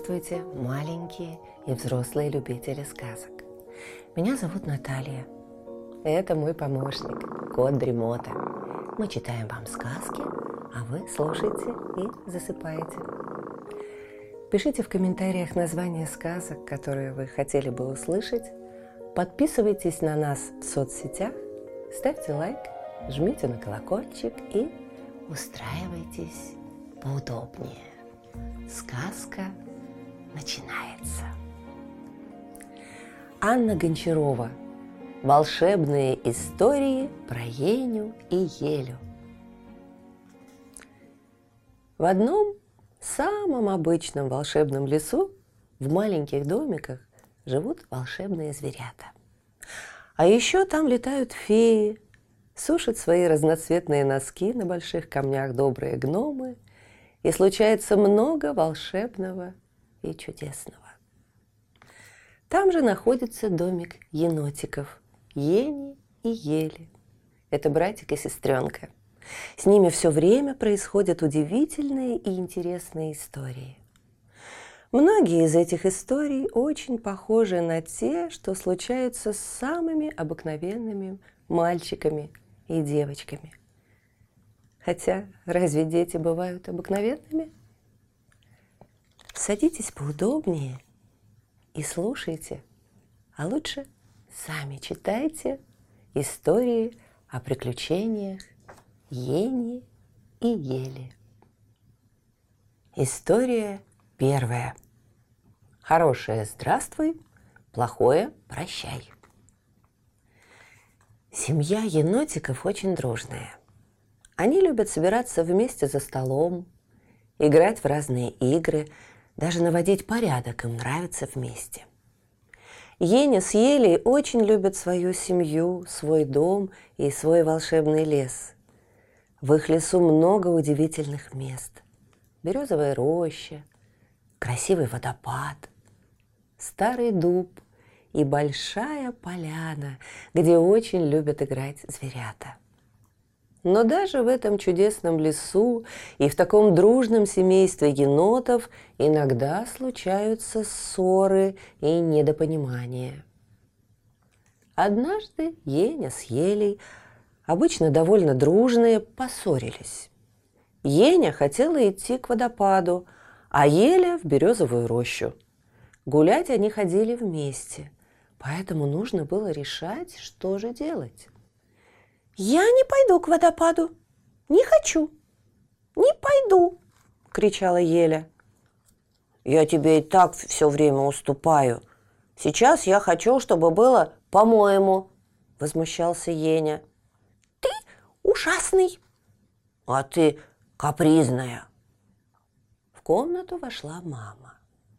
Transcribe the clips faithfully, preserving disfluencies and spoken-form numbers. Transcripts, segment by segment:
Здравствуйте, маленькие и взрослые любители сказок. Меня зовут Наталья. Это мой помощник, кот Дремота. Мы читаем вам сказки, а вы слушаете и засыпаете. Пишите в комментариях названия сказок, которые вы хотели бы услышать. Подписывайтесь на нас в соцсетях, ставьте лайк, жмите на колокольчик и устраивайтесь поудобнее. Сказка начинается. Анна Гончарова. Волшебные истории про Еню и Елю. В одном самом обычном волшебном лесу в маленьких домиках живут волшебные зверята. А еще там летают феи, сушат свои разноцветные носки на больших камнях добрые гномы, и случается много волшебного и чудесного. Там же находится домик енотиков Ени и Ели. Это братик и сестренка. С ними все время происходят удивительные и интересные истории. Многие из этих историй очень похожи на те, что случаются с самыми обыкновенными мальчиками и девочками. Хотя, разве дети бывают обыкновенными? Садитесь поудобнее и слушайте, а лучше сами читайте истории о приключениях Ени и Ели. История первая. Хорошее здравствуй, плохое прощай. Семья енотиков очень дружная. Они любят собираться вместе за столом, играть в разные игры, даже наводить порядок им нравится вместе. Еня с Елей очень любят свою семью, свой дом и свой волшебный лес. В их лесу много удивительных мест. Березовая роща, красивый водопад, старый дуб и большая поляна, где очень любят играть зверята. Но даже в этом чудесном лесу и в таком дружном семействе енотов иногда случаются ссоры и недопонимания. Однажды Еня с Елей, обычно довольно дружные, поссорились. Еня хотела идти к водопаду, а Еля в березовую рощу. Гулять они ходили вместе, поэтому нужно было решать, что же делать. «Я не пойду к водопаду, не хочу, не пойду!» – кричала Еля. «Я тебе и так все время уступаю. Сейчас я хочу, чтобы было по-моему», – возмущался Еня. «Ты ужасный!» «А ты капризная!» В комнату вошла мама.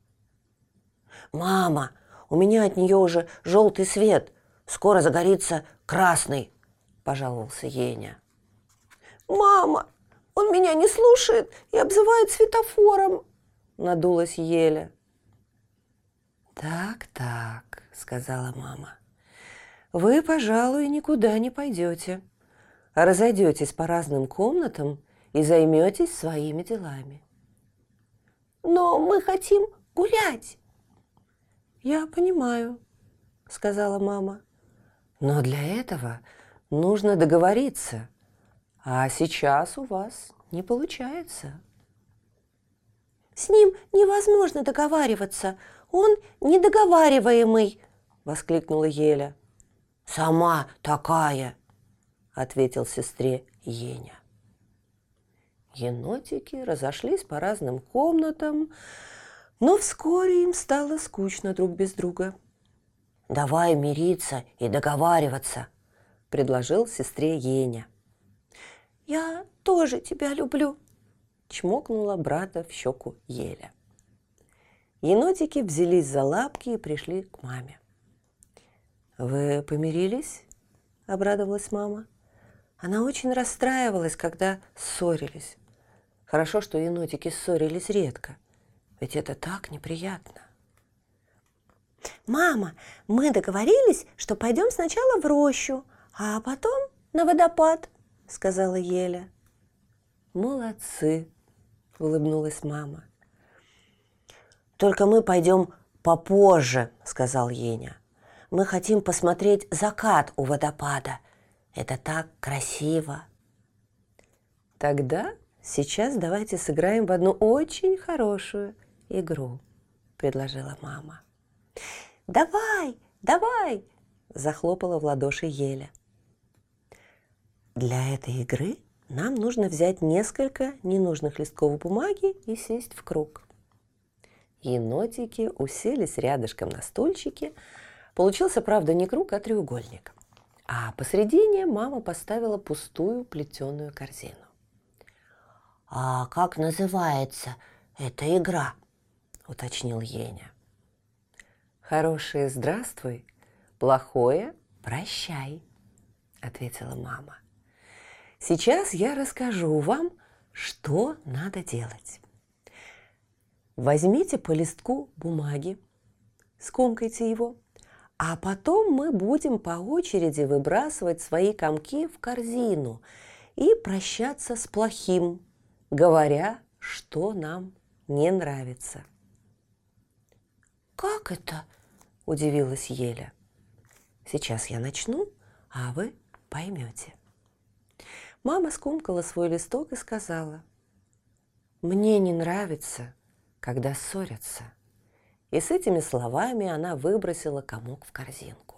«Мама, у меня от нее уже желтый свет, скоро загорится красный!» – пожаловался Еня. «Мама, он меня не слушает и обзывает светофором!» – надулась Еля. «Так, так», – сказала мама, – «вы, пожалуй, никуда не пойдете, а разойдетесь по разным комнатам и займетесь своими делами». «Но мы хотим гулять!» «Я понимаю», – сказала мама, – «но для этого нужно договориться, а сейчас у вас не получается». «С ним невозможно договариваться, он недоговариваемый», – воскликнула Еля. «Сама такая», – ответил сестре Еня. Енотики разошлись по разным комнатам, но вскоре им стало скучно друг без друга. «Давай мириться и договариваться», – предложил сестре Еня. «Я тоже тебя люблю», – чмокнула брата в щеку Еля. Енотики взялись за лапки и пришли к маме. «Вы помирились?» – обрадовалась мама. Она очень расстраивалась, когда ссорились. Хорошо, что енотики ссорились редко, ведь это так неприятно. «Мама, мы договорились, что пойдем сначала в рощу, а потом на водопад», – сказала Еля. «Молодцы», – улыбнулась мама. «Только мы пойдем попозже», — сказал Еня. «Мы хотим посмотреть закат у водопада. Это так красиво». «Тогда сейчас давайте сыграем в одну очень хорошую игру», — предложила мама. «Давай, давай!» – захлопала в ладоши Еля. «Для этой игры нам нужно взять несколько ненужных листков бумаги и сесть в круг». Енотики уселись рядышком на стульчике. Получился, правда, не круг, а треугольник. А посредине мама поставила пустую плетеную корзину. «А как называется эта игра?» – уточнил Еня. «Хорошее здравствуй, плохое прощай», – ответила мама. «Сейчас я расскажу вам, что надо делать. Возьмите по листку бумаги, скомкайте его, а потом мы будем по очереди выбрасывать свои комки в корзину и прощаться с плохим, говоря, что нам не нравится». «Как это?» – удивилась Еля. «Сейчас я начну, а вы поймете». Мама скомкала свой листок и сказала: «Мне не нравится, когда ссорятся». И с этими словами она выбросила комок в корзинку.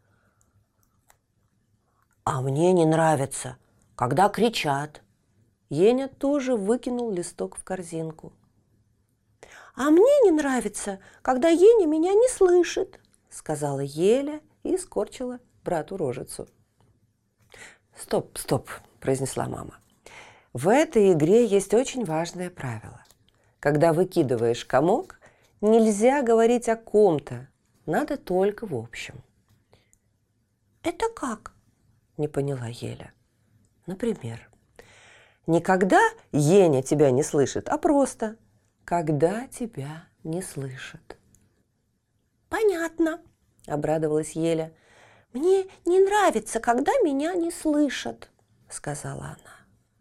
«А мне не нравится, когда кричат». Еня тоже выкинул листок в корзинку. «А мне не нравится, когда Еня меня не слышит», — сказала Еля и скорчила брату рожицу. «Стоп, стоп», — произнесла мама. «В этой игре есть очень важное правило. Когда выкидываешь комок, нельзя говорить о ком-то, надо только в общем». «Это как?» — не поняла Еля. «Например, не когда Еня тебя не слышит, а просто когда тебя не слышат». «Понятно», — обрадовалась Еля. «Мне не нравится, когда меня не слышат», — сказала она.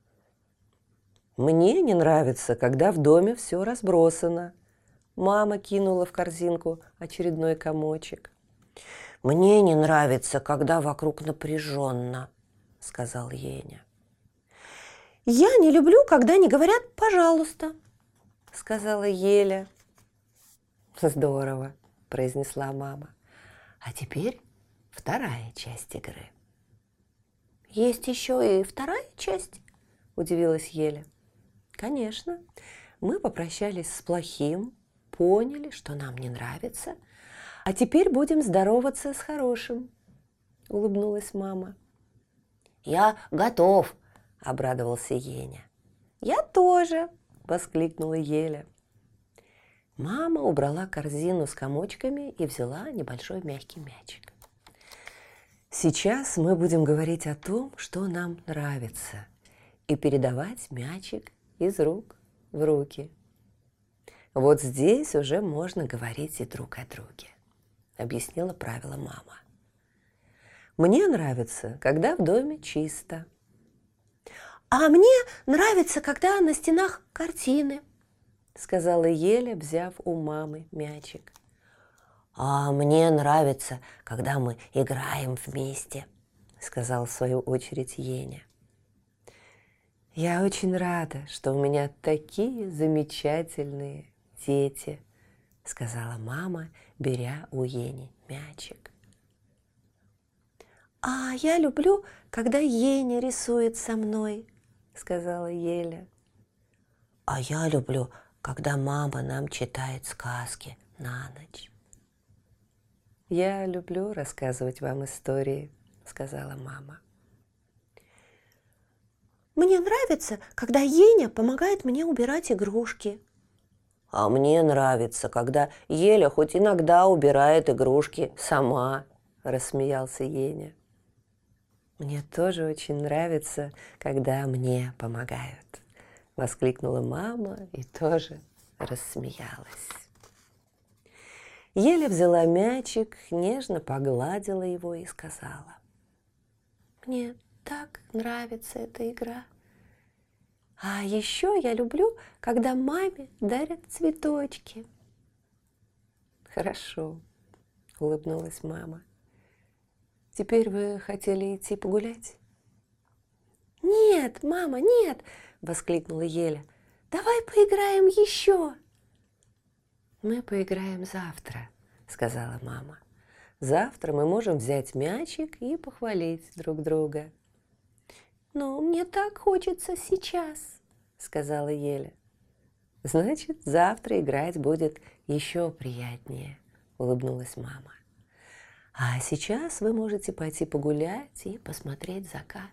«Мне не нравится, когда в доме все разбросано». Мама кинула в корзинку очередной комочек. «Мне не нравится, когда вокруг напряженно», — сказал Еня. «Я не люблю, когда не говорят «пожалуйста», — сказала Еля. «Здорово», — произнесла мама. «А теперь вторая часть игры». «Есть еще и вторая часть?» – удивилась Еля. «Конечно. Мы попрощались с плохим, поняли, что нам не нравится, а теперь будем здороваться с хорошим», – улыбнулась мама. «Я готов», – обрадовался Еня. «Я тоже», – воскликнула Еля. Мама убрала корзину с комочками и взяла небольшой мягкий мячик. «Сейчас мы будем говорить о том, что нам нравится, и передавать мячик из рук в руки. Вот здесь уже можно говорить и друг о друге», — объяснила правило мама. «Мне нравится, когда в доме чисто». «А мне нравится, когда на стенах картины», — сказала Еля, взяв у мамы мячик. «А мне нравится, когда мы играем вместе», — сказал в свою очередь Еня. «Я очень рада, что у меня такие замечательные дети», — сказала мама, беря у Ени мячик. «А я люблю, когда Еня рисует со мной», — сказала Еля. «А я люблю, когда мама нам читает сказки на ночь». «Я люблю рассказывать вам истории», — сказала мама. «Мне нравится, когда Еня помогает мне убирать игрушки». «А мне нравится, когда Еля хоть иногда убирает игрушки сама», — рассмеялся Еня. «Мне тоже очень нравится, когда мне помогают», — воскликнула мама и тоже рассмеялась. Еля взяла мячик, нежно погладила его и сказала: «Мне так нравится эта игра. А еще я люблю, когда маме дарят цветочки». Хорошо, улыбнулась мама. Теперь вы хотели идти погулять? Нет, мама, нет, воскликнула Еля. Давай поиграем еще. Мы поиграем завтра, сказала мама. Завтра мы можем взять мячик и похвалить друг друга. Но мне так хочется сейчас, сказала Еля. Значит, завтра играть будет еще приятнее, улыбнулась мама. А сейчас вы можете пойти погулять и посмотреть закат.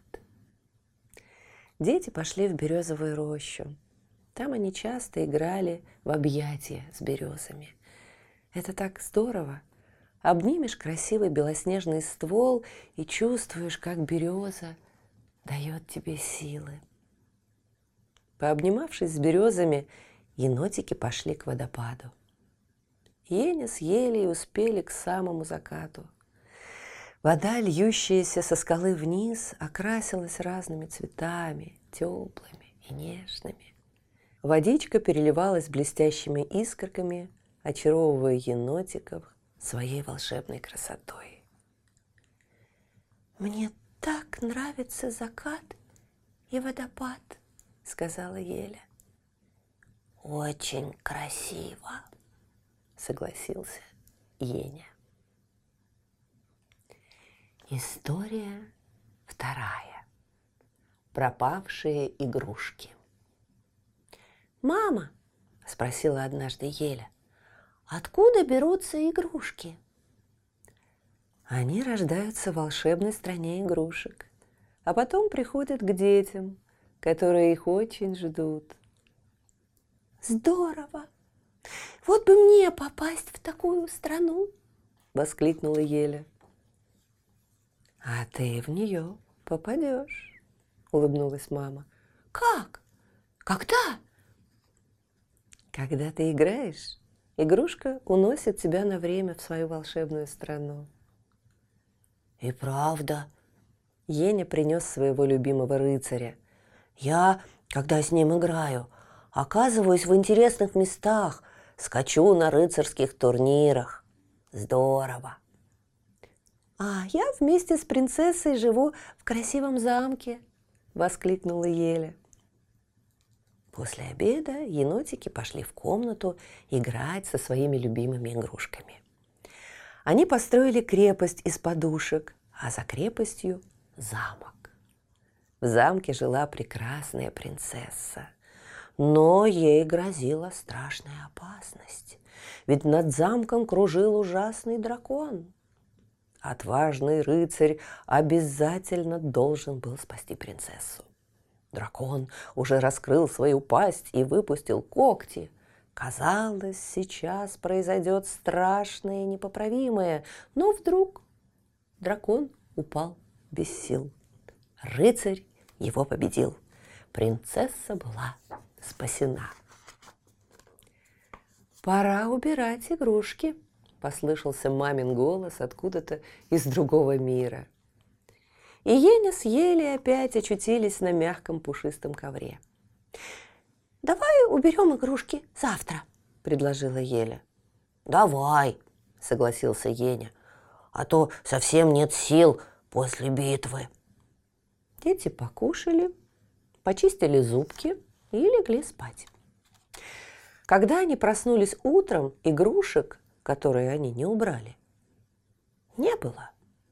Дети пошли в березовую рощу. Там они часто играли в объятия с березами. Это так здорово. Обнимешь красивый белоснежный ствол и чувствуешь, как береза дает тебе силы. Пообнимавшись с березами, енотики пошли к водопаду. Еня с Елей успели к самому закату. Вода, льющаяся со скалы вниз, окрасилась разными цветами, теплыми и нежными. Водичка переливалась блестящими искорками, очаровывая енотиков своей волшебной красотой. «Мне так нравится закат и водопад», — сказала Еля. «Очень красиво», — согласился Еня. История вторая. Пропавшие игрушки. «Мама», — спросила однажды Еля, — «откуда берутся игрушки?» Они рождаются в волшебной стране игрушек, а потом приходят к детям, которые их очень ждут. «Здорово! Вот бы мне попасть в такую страну!» — воскликнула Еля. «А ты в нее попадешь», — улыбнулась мама. «Как? Когда?» «Когда ты играешь, игрушка уносит тебя на время в свою волшебную страну». «И правда», — Еня принес своего любимого рыцаря. «Я, когда с ним играю, оказываюсь в интересных местах, скачу на рыцарских турнирах. Здорово!» «А я вместе с принцессой живу в красивом замке», — воскликнула Еля. После обеда енотики пошли в комнату играть со своими любимыми игрушками. Они построили крепость из подушек, а за крепостью – замок. В замке жила прекрасная принцесса, но ей грозила страшная опасность, ведь над замком кружил ужасный дракон. Отважный рыцарь обязательно должен был спасти принцессу. Дракон уже раскрыл свою пасть и выпустил когти. Казалось, сейчас произойдет страшное и непоправимое, но вдруг дракон упал без сил. Рыцарь его победил. Принцесса была спасена. «Пора убирать игрушки», — послышался мамин голос откуда-то из другого мира. И Еня с Елей опять очутились на мягком пушистом ковре. «Давай уберем игрушки завтра», — предложила Еля. «Давай», — согласился Еня, — «а то совсем нет сил после битвы». Дети покушали, почистили зубки и легли спать. Когда они проснулись утром, игрушек, которые они не убрали, не было.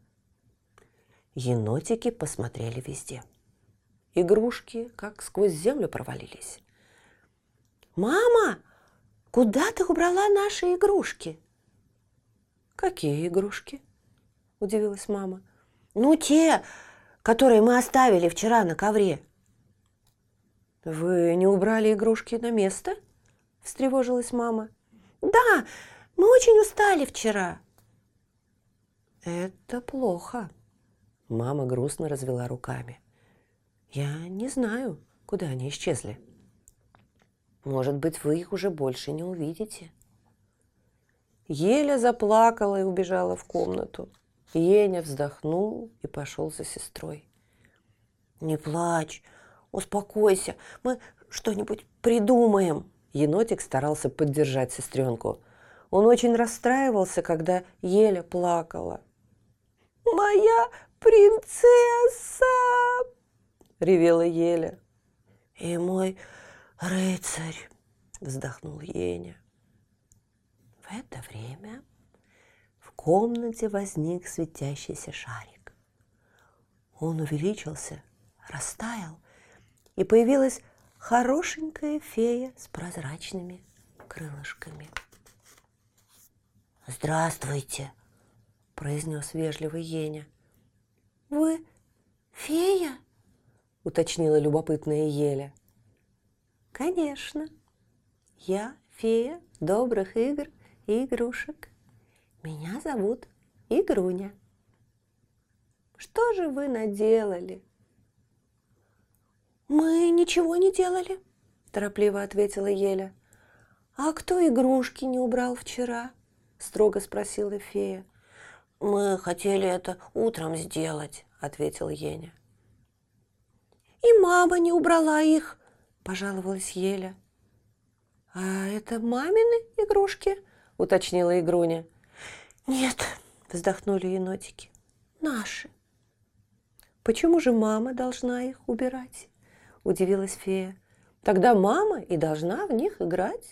Енотики посмотрели везде. Игрушки как сквозь землю провалились. «Мама, куда ты убрала наши игрушки?» «Какие игрушки?» – удивилась мама. «Ну, те, которые мы оставили вчера на ковре». «Вы не убрали игрушки на место?» – встревожилась мама. «Да, мы очень устали вчера». «Это плохо». Мама грустно развела руками. «Я не знаю, куда они исчезли. Может быть, вы их уже больше не увидите». Еля заплакала и убежала в комнату. Еня вздохнул и пошел за сестрой. «Не плачь, успокойся, мы что-нибудь придумаем». Енотик старался поддержать сестренку. Он очень расстраивался, когда Еля плакала. «Моя принцесса!» — ревела Еля. «И мой рыцарь!» — вздохнул Еня. В это время в комнате возник светящийся шарик. Он увеличился, растаял, и появилась хорошенькая фея с прозрачными крылышками. «Здравствуйте!» — произнес вежливый Еня. «Вы фея?» — уточнила любопытная Еля. «Конечно, я фея добрых игр и игрушек. Меня зовут Игруня. Что же вы наделали?» «Мы ничего не делали», – торопливо ответила Еля. «А кто игрушки не убрал вчера?» – строго спросила фея. «Мы хотели это утром сделать», – ответил Еня. «И мама не убрала их», – пожаловалась Еля. «А это мамины игрушки?» – уточнила Игруня. «Нет», – вздохнули енотики, – «наши». «Почему же мама должна их убирать?» – удивилась фея. «Тогда мама и должна в них играть».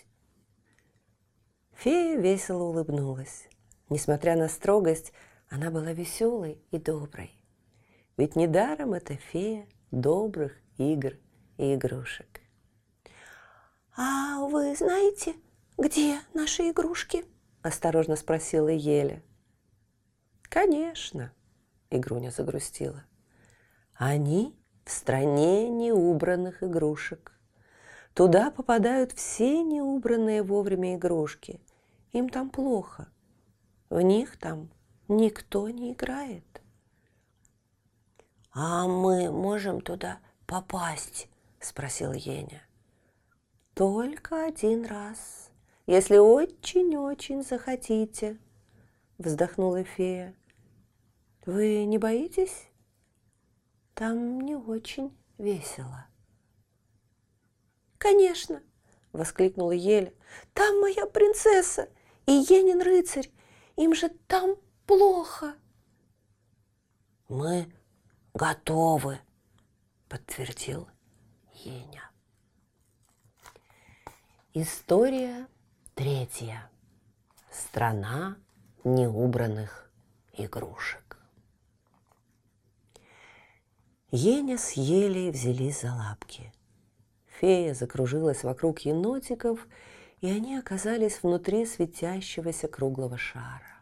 Фея весело улыбнулась. Несмотря на строгость, она была веселой и доброй. Ведь недаром эта фея добрых игр и игрушек. «А вы знаете, где наши игрушки?» – осторожно спросила Еля. «Конечно», – Игруня загрустила. «Они в стране неубранных игрушек. Туда попадают все неубранные вовремя игрушки. Им там плохо. В них там никто не играет». «А мы можем туда попасть?» – спросил Еня. «Только один раз, если очень-очень захотите», – вздохнула фея. «Вы не боитесь? Там не очень весело». «Конечно!» – воскликнула Еля. «Там моя принцесса и Енин рыцарь. Им же там плохо». «Мы готовы», – подтвердил Еня. История третья. Страна неубранных игрушек. Еня с Елей взялись за лапки. Фея закружилась вокруг енотиков, и они оказались внутри светящегося круглого шара.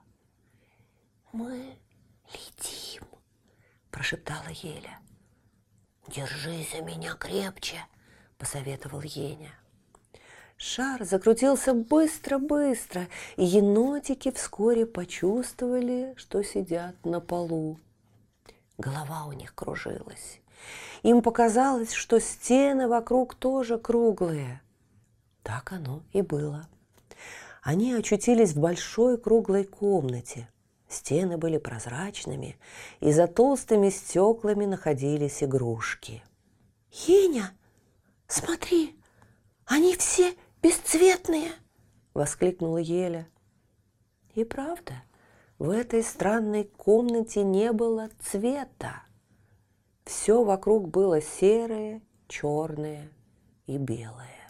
«Мы летим», – прошептала Еля. «Держись за меня крепче», – посоветовал Еня. Шар закрутился быстро-быстро, и енотики вскоре почувствовали, что сидят на полу. Голова у них кружилась. Им показалось, что стены вокруг тоже круглые. Так оно и было. Они очутились в большой круглой комнате. Стены были прозрачными, и за толстыми стеклами находились игрушки. «Еня, смотри, они все бесцветные!» – воскликнула Еля. И правда, в этой странной комнате не было цвета. Все вокруг было серое, черное и белое.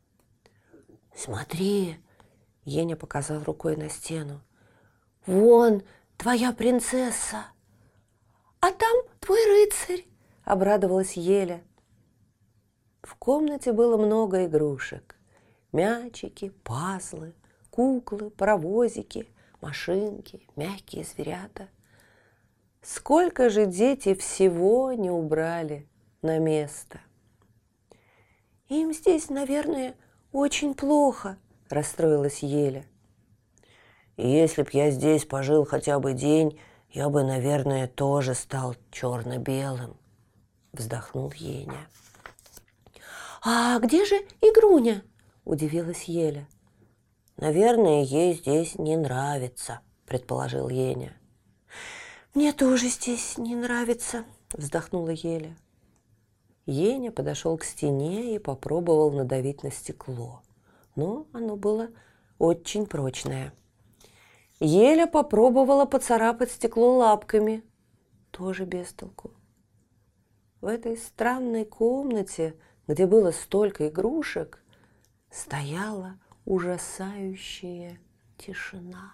«Смотри!» – Еня показал рукой на стену. «Вон твоя принцесса!» «А там твой рыцарь!» – обрадовалась Еля. В комнате было много игрушек. Мячики, пазлы, куклы, паровозики, машинки, мягкие зверята. Сколько же дети всего не убрали на место. «Им здесь, наверное, очень плохо», – расстроилась Еля. «Если б я здесь пожил хотя бы день, я бы, наверное, тоже стал черно-белым», – вздохнул Еня. «А где же Игруня?» – удивилась Еля. «Наверное, ей здесь не нравится», – предположил Еня. «Мне тоже здесь не нравится», – вздохнула Еля. Еня подошел к стене и попробовал надавить на стекло, но оно было очень прочная. Еля попробовала поцарапать стекло лапками. Тоже без толку. В этой странной комнате, где было столько игрушек, стояла ужасающая тишина.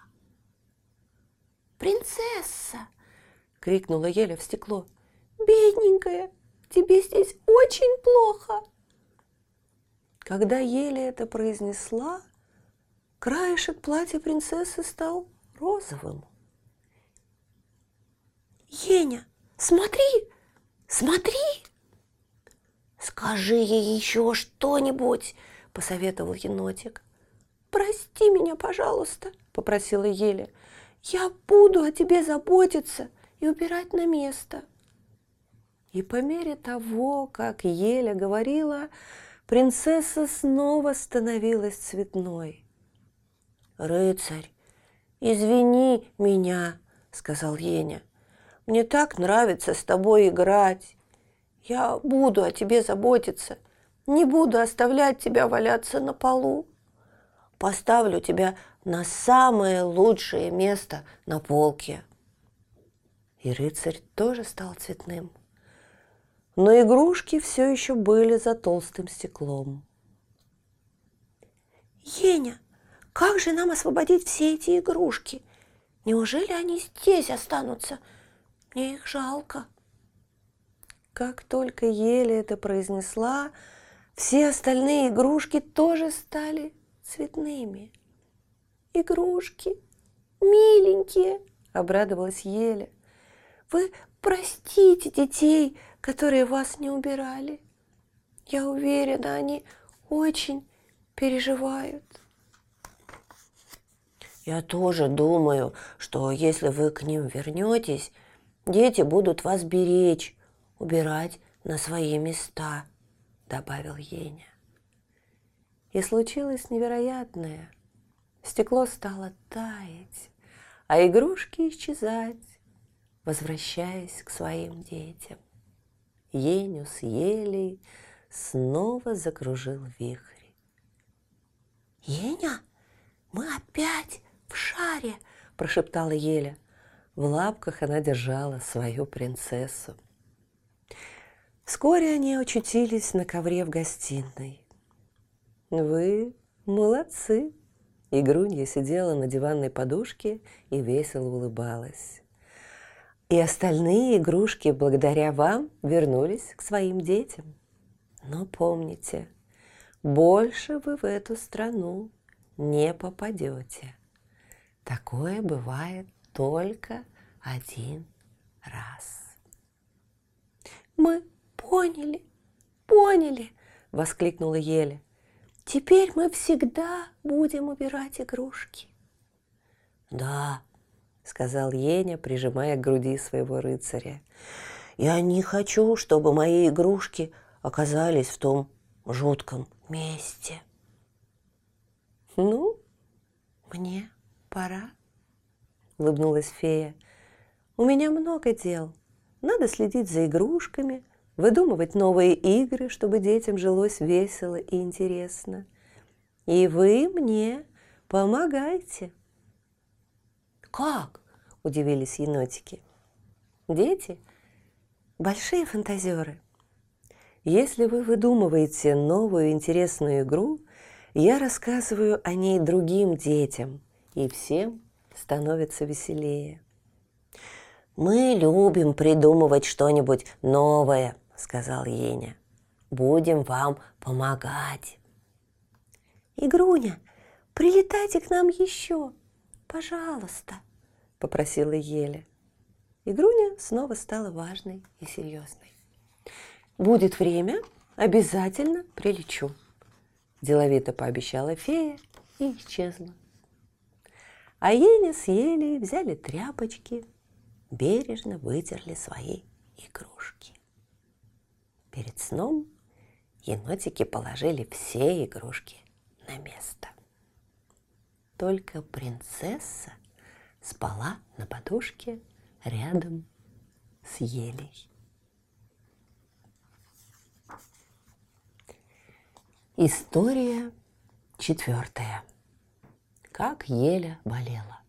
«Принцесса!» — крикнула Еля в стекло. «Бедненькая, тебе здесь очень плохо!» Когда Еля это произнесла, краешек платья принцессы стал розовым. «Еня, смотри, смотри!» «Скажи ей еще что-нибудь!» — посоветовал енотик. «Прости меня, пожалуйста!» — попросила Еля. «Я буду о тебе заботиться и убирать на место». И по мере того, как Еля говорила, принцесса снова становилась цветной. «Рыцарь, извини меня!» — сказал Еня. «Мне так нравится с тобой играть. Я буду о тебе заботиться, не буду оставлять тебя валяться на полу. Поставлю тебя на самое лучшее место на полке». И рыцарь тоже стал цветным. Но игрушки все еще были за толстым стеклом. «Еня, как же нам освободить все эти игрушки? Неужели они здесь останутся? Мне их жалко». Как только Еля это произнесла, все остальные игрушки тоже стали цветными. «Игрушки, миленькие!» — обрадовалась Еля. «Вы простите детей, которые вас не убирали. Я уверена, они очень переживают». «Я тоже думаю, что если вы к ним вернетесь, дети будут вас беречь, убирать на свои места», — добавил Еня. И случилось невероятное. Стекло стало таять, а игрушки исчезать, возвращаясь к своим детям. Еню с Елей снова закружил вихрь. «Еня, мы опять в шаре!» – прошептала Еля. В лапках она держала свою принцессу. Вскоре они очутились на ковре в гостиной. «Вы молодцы!» Игрунья сидела на диванной подушке и весело улыбалась. «И остальные игрушки благодаря вам вернулись к своим детям. Но помните, больше вы в эту страну не попадете. Такое бывает только один раз». «Мы поняли, поняли!» – воскликнула Еля. «Теперь мы всегда будем убирать игрушки». «Да», — сказал Еня, прижимая к груди своего рыцаря. «Я не хочу, чтобы мои игрушки оказались в том жутком месте». «Ну, мне пора», — улыбнулась фея. «У меня много дел. Надо следить за игрушками, выдумывать новые игры, чтобы детям жилось весело и интересно. И вы мне помогайте». «Как?» – удивились енотики. «Дети – большие фантазеры. Если вы выдумываете новую интересную игру, я рассказываю о ней другим детям, и всем становится веселее». «Мы любим придумывать что-нибудь новое», — сказал Еня. «Будем вам помогать». «Игруня, прилетайте к нам еще, пожалуйста», — попросила Еля. Игруня снова стала важной и серьезной. «Будет время, обязательно прилечу», — деловито пообещала фея и исчезла. А Еня с Елей взяли тряпочки, бережно вытерли свои игрушки. Перед сном енотики положили все игрушки на место. Только принцесса спала на подушке рядом с Елей. История четвертая. как Еля болела.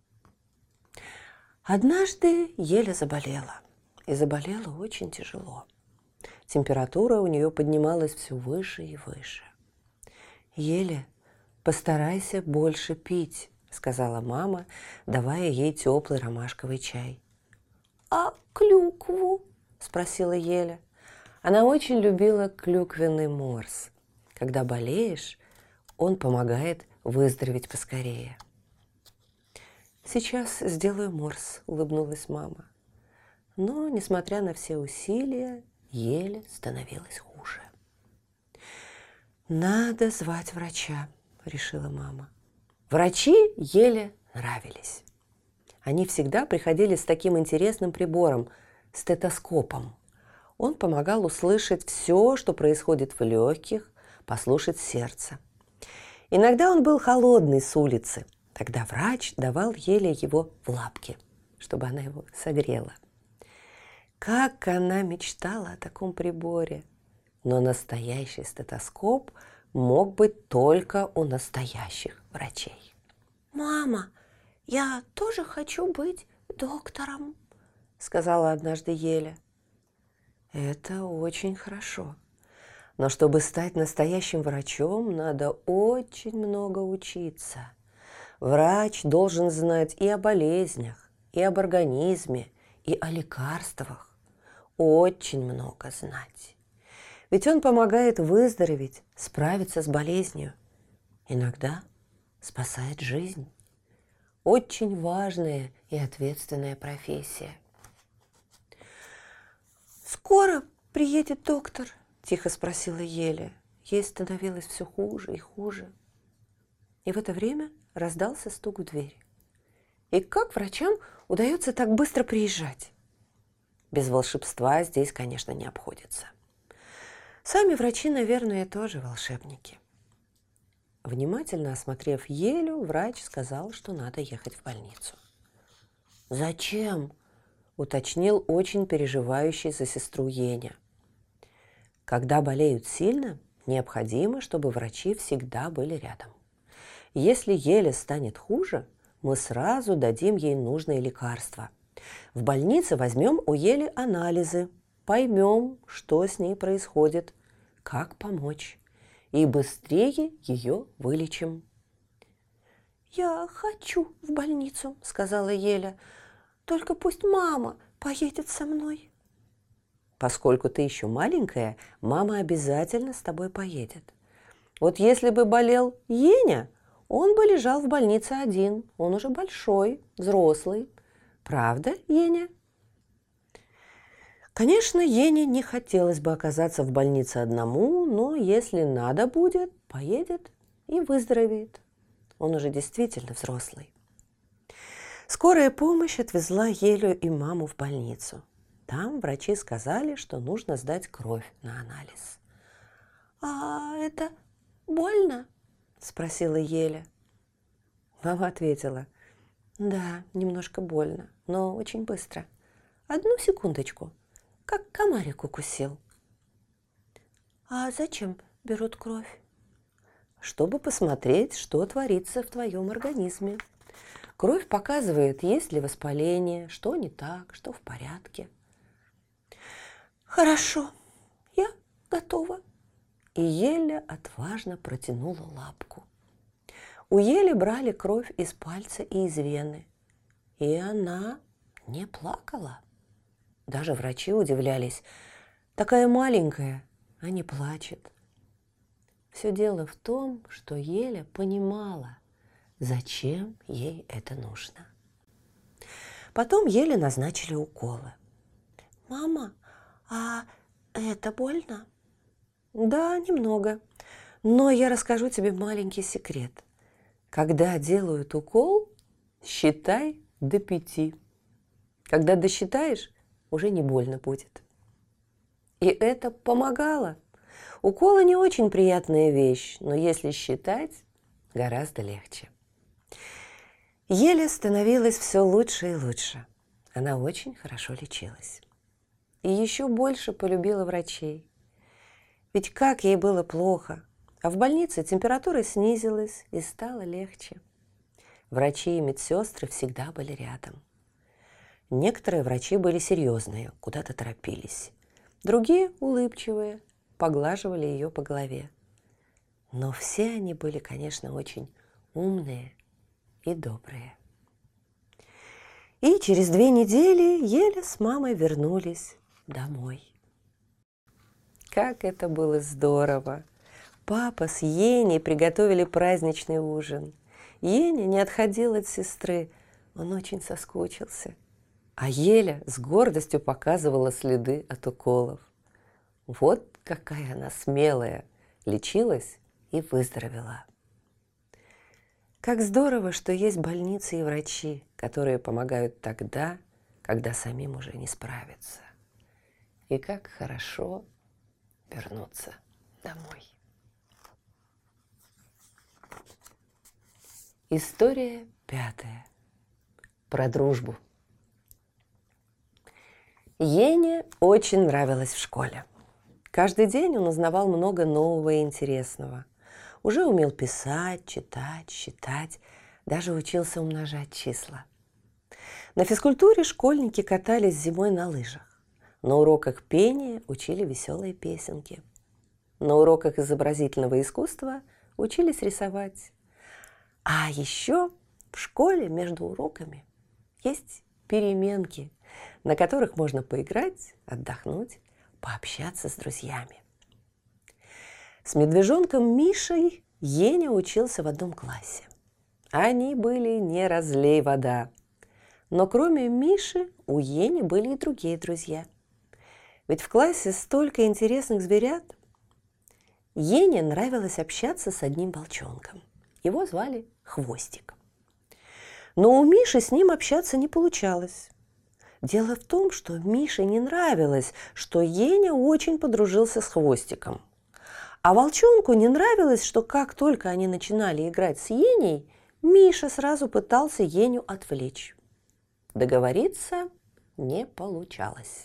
Однажды Еля заболела, и заболела очень тяжело. Температура у нее поднималась все выше и выше. «Еля, постарайся больше пить», — сказала мама, давая ей теплый ромашковый чай. «А клюкву?» — спросила Еля. Она очень любила клюквенный морс. Когда болеешь, он помогает выздороветь поскорее. «Сейчас сделаю морс», — улыбнулась мама. Но, несмотря на все усилия, Еле становилось хуже. «Надо звать врача», — решила мама. Врачи Еле нравились. Они всегда приходили с таким интересным прибором – стетоскопом. Он помогал услышать все, что происходит в легких, послушать сердце. Иногда он был холодный с улицы. Тогда врач давал Еле его в лапки, чтобы она его согрела. Как она мечтала о таком приборе! Но настоящий стетоскоп мог быть только у настоящих врачей. «Мама, я тоже хочу быть доктором», — сказала однажды Еля. «Это очень хорошо. Но чтобы стать настоящим врачом, надо очень много учиться. Врач должен знать и о болезнях, и об организме, и о лекарствах. Очень много знать. Ведь он помогает выздороветь, справиться с болезнью. Иногда спасает жизнь. Очень важная и ответственная профессия». «Скоро приедет доктор?» – тихо спросила Еля. Ей становилось все хуже и хуже. И в это время раздался стук в дверь. И как врачам удается так быстро приезжать? Без волшебства здесь, конечно, не обходится. Сами врачи, наверное, тоже волшебники. Внимательно осмотрев Елю, врач сказал, что надо ехать в больницу. «Зачем?» – уточнил очень переживающий за сестру Еня. Когда болеют сильно, необходимо, чтобы врачи всегда были рядом. Если Еле станет хуже, мы сразу дадим ей нужные лекарства. В больнице возьмем у Ели анализы, поймем, что с ней происходит, как помочь, и быстрее ее вылечим». «Я хочу в больницу», — сказала Еля. «Только пусть мама поедет со мной». «Поскольку ты еще маленькая, мама обязательно с тобой поедет. Вот если бы болел Еня, он бы лежал в больнице один. Он уже большой, взрослый. Правда, Еня?» Конечно, Ене не хотелось бы оказаться в больнице одному, но если надо будет, поедет и выздоровеет. Он уже действительно взрослый. Скорая помощь отвезла Елю и маму в больницу. Там врачи сказали, что нужно сдать кровь на анализ. «А это больно?» – спросила Еля. Мама ответила: «Да, немножко больно, но очень быстро. Одну секундочку, как комарик укусил». «А зачем берут кровь?» «Чтобы посмотреть, что творится в твоем организме. Кровь показывает, есть ли воспаление, что не так, что в порядке». «Хорошо, я готова». И Еля отважно протянула лапку. У Ели брали кровь из пальца и из вены, и она не плакала. Даже врачи удивлялись: такая маленькая, а не плачет. Все дело в том, что Еля понимала, зачем ей это нужно. Потом Еле назначили уколы. «Мама, а это больно?» «Да, немного. Но я расскажу тебе маленький секрет. Когда делают укол, считай до пяти. Когда досчитаешь, уже не больно будет». И это помогало. Уколы не очень приятная вещь, но если считать, гораздо легче. Еле становилось все лучше и лучше. Она очень хорошо лечилась. И еще больше полюбила врачей. Ведь как ей было плохо, а в больнице температура снизилась и стало легче. врачи и медсестры всегда были рядом. Некоторые врачи были серьезные, куда-то торопились. Другие, улыбчивые, поглаживали ее по голове. Но все они были, конечно, очень умные и добрые. И через две недели Еля с мамой вернулись домой. Как это было здорово! Папа с Еней приготовили праздничный ужин. Еня не отходил от сестры, он очень соскучился. А Еля с гордостью показывала следы от уколов. Вот какая она смелая, лечилась и выздоровела. Как здорово, что есть больницы и врачи, которые помогают тогда, когда самим уже не справиться. И как хорошо вернуться домой. История пятая. Про дружбу. Ене очень нравилось в школе. Каждый день он узнавал много нового и интересного. Уже умел писать, читать, считать, даже учился умножать числа. На физкультуре школьники катались зимой на лыжах. На уроках пения учили веселые песенки. На уроках изобразительного искусства учились рисовать. А еще в школе между уроками есть переменки, на которых можно поиграть, отдохнуть, пообщаться с друзьями. С медвежонком Мишей Еня учился в одном классе. Они были не разлей вода. Но кроме Миши у Ени были и другие друзья. Ведь в классе столько интересных зверят. Ене нравилось общаться с одним волчонком. Его звали Хвостик. Но у Миши с ним общаться не получалось. Дело в том, что Мише не нравилось, что Еня очень подружился с Хвостиком. А волчонку не нравилось, что как только они начинали играть с Еней, Миша сразу пытался Еню отвлечь. Договориться не получалось.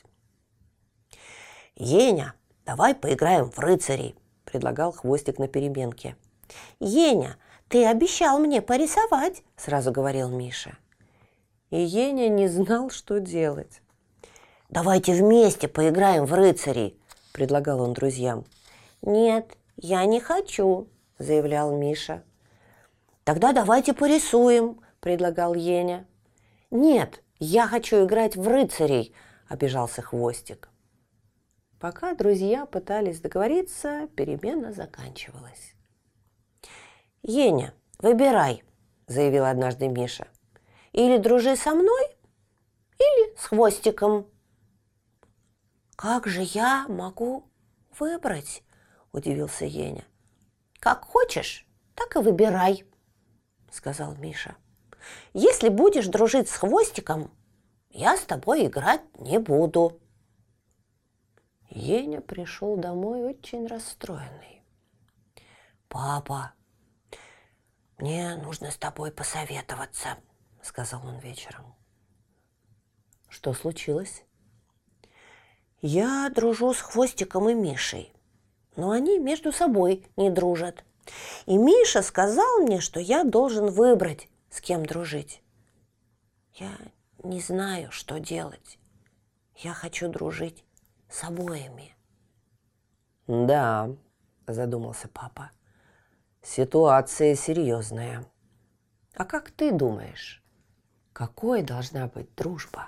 «Еня, давай поиграем в рыцарей», – предлагал Хвостик на переменке. «Еня, ты обещал мне порисовать», – сразу говорил Миша. И Еня не знал, что делать. «Давайте вместе поиграем в рыцарей», – предлагал он друзьям. «Нет, я не хочу», – заявлял Миша. «Тогда давайте порисуем», – предлагал Еня. «Нет, я хочу играть в рыцарей», – обижался Хвостик. Пока друзья пытались договориться, перемена заканчивалась. «Еня, выбирай», – заявил однажды Миша. «Или дружи со мной, или с Хвостиком». «Как же я могу выбрать?» – удивился Еня. «Как хочешь, так и выбирай», – сказал Миша. «Если будешь дружить с Хвостиком, я с тобой играть не буду». Еня пришел домой очень расстроенный. «Папа, мне нужно с тобой посоветоваться», – сказал он вечером. «Что случилось?» «Я дружу с Хвостиком и Мишей, но они между собой не дружат. И Миша сказал мне, что я должен выбрать, с кем дружить. Я не знаю, что делать. Я хочу дружить с обоими». «Да», – задумался папа, – «ситуация серьезная. А как ты думаешь, какой должна быть дружба?»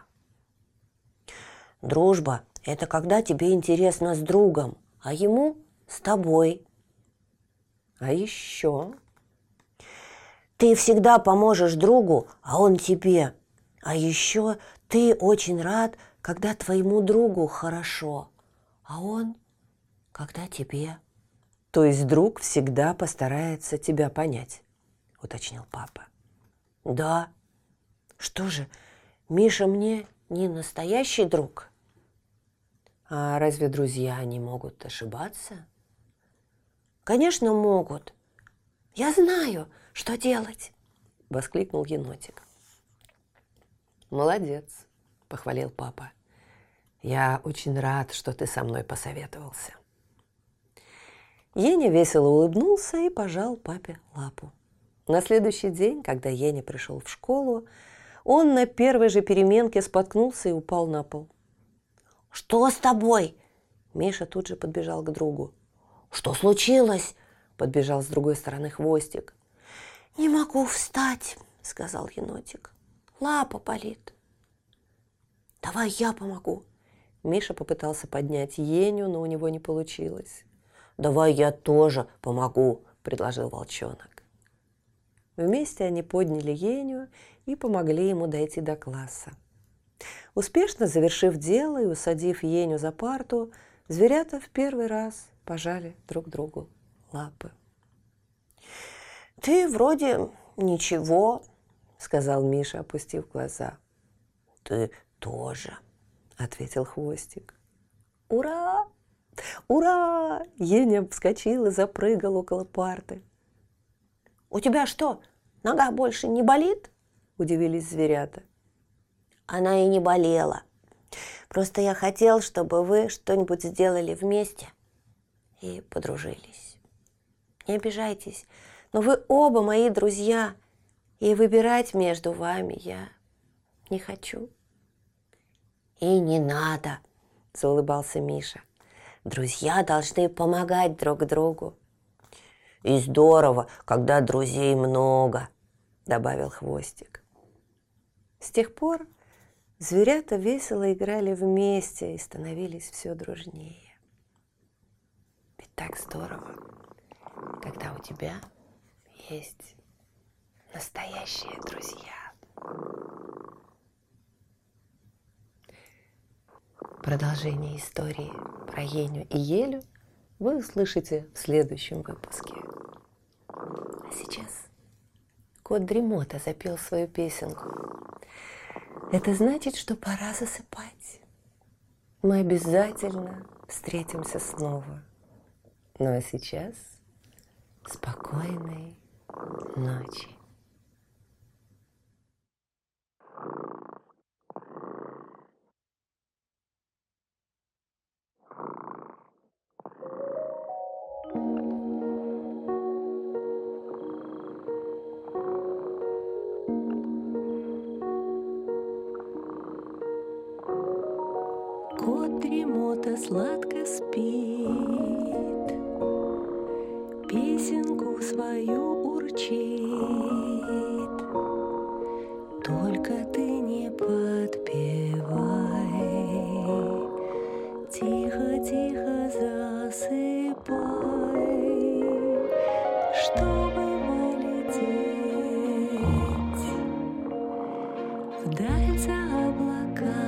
«Дружба – это когда тебе интересно с другом, а ему с тобой». «А еще?» «Ты всегда поможешь другу, а он тебе. А еще ты очень рад, когда твоему другу хорошо, а он, когда тебе». «То есть друг всегда постарается тебя понять», – уточнил папа. «Да. Что же, Миша мне не настоящий друг?» «А разве друзья не могут ошибаться?» «Конечно, могут. Я знаю, что делать», – воскликнул енотик. «Молодец», – похвалил папа. «Я очень рад, что ты со мной посоветовался». Еня весело улыбнулся и пожал папе лапу. На следующий день, когда Еня пришел в школу, он на первой же переменке споткнулся и упал на пол. «Что с тобой?» Миша тут же подбежал к другу. «Что случилось?» Подбежал с другой стороны Хвостик. «Не могу встать», — сказал енотик. «Лапа болит». «Давай я помогу». Миша попытался поднять Еню, но у него не получилось. «Давай я тоже помогу», — предложил волчонок. Вместе они подняли Еню и помогли ему дойти до класса. Успешно завершив дело и усадив Еню за парту, зверята в первый раз пожали друг другу лапы. «Ты вроде ничего», — сказал Миша, опустив глаза. «Ты тоже», — ответил Хвостик. «Ура! Ура!» Еня вскочил и запрыгал около парты. «У тебя что, нога больше не болит?» — удивились зверята. «Она и не болела. Просто я хотел, чтобы вы что-нибудь сделали вместе и подружились. Не обижайтесь, но вы оба мои друзья, и выбирать между вами я не хочу». «И не надо», — заулыбался Миша. «Друзья должны помогать друг другу». «И здорово, когда друзей много», — добавил Хвостик. С тех пор зверята весело играли вместе и становились все дружнее. Ведь так здорово, когда у тебя есть настоящие друзья. Продолжение истории про Еню и Елю вы услышите в следующем выпуске. А сейчас кот Дремота запел свою песенку. Это значит, что пора засыпать. Мы обязательно встретимся снова. Ну а сейчас спокойной ночи. Кот Дремота сладко спит, песенку свою урчит. Только ты не подпевай, тихо-тихо засыпай, чтобы полететь вдаль за облака.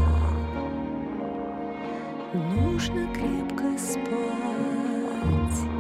Нужно крепко спать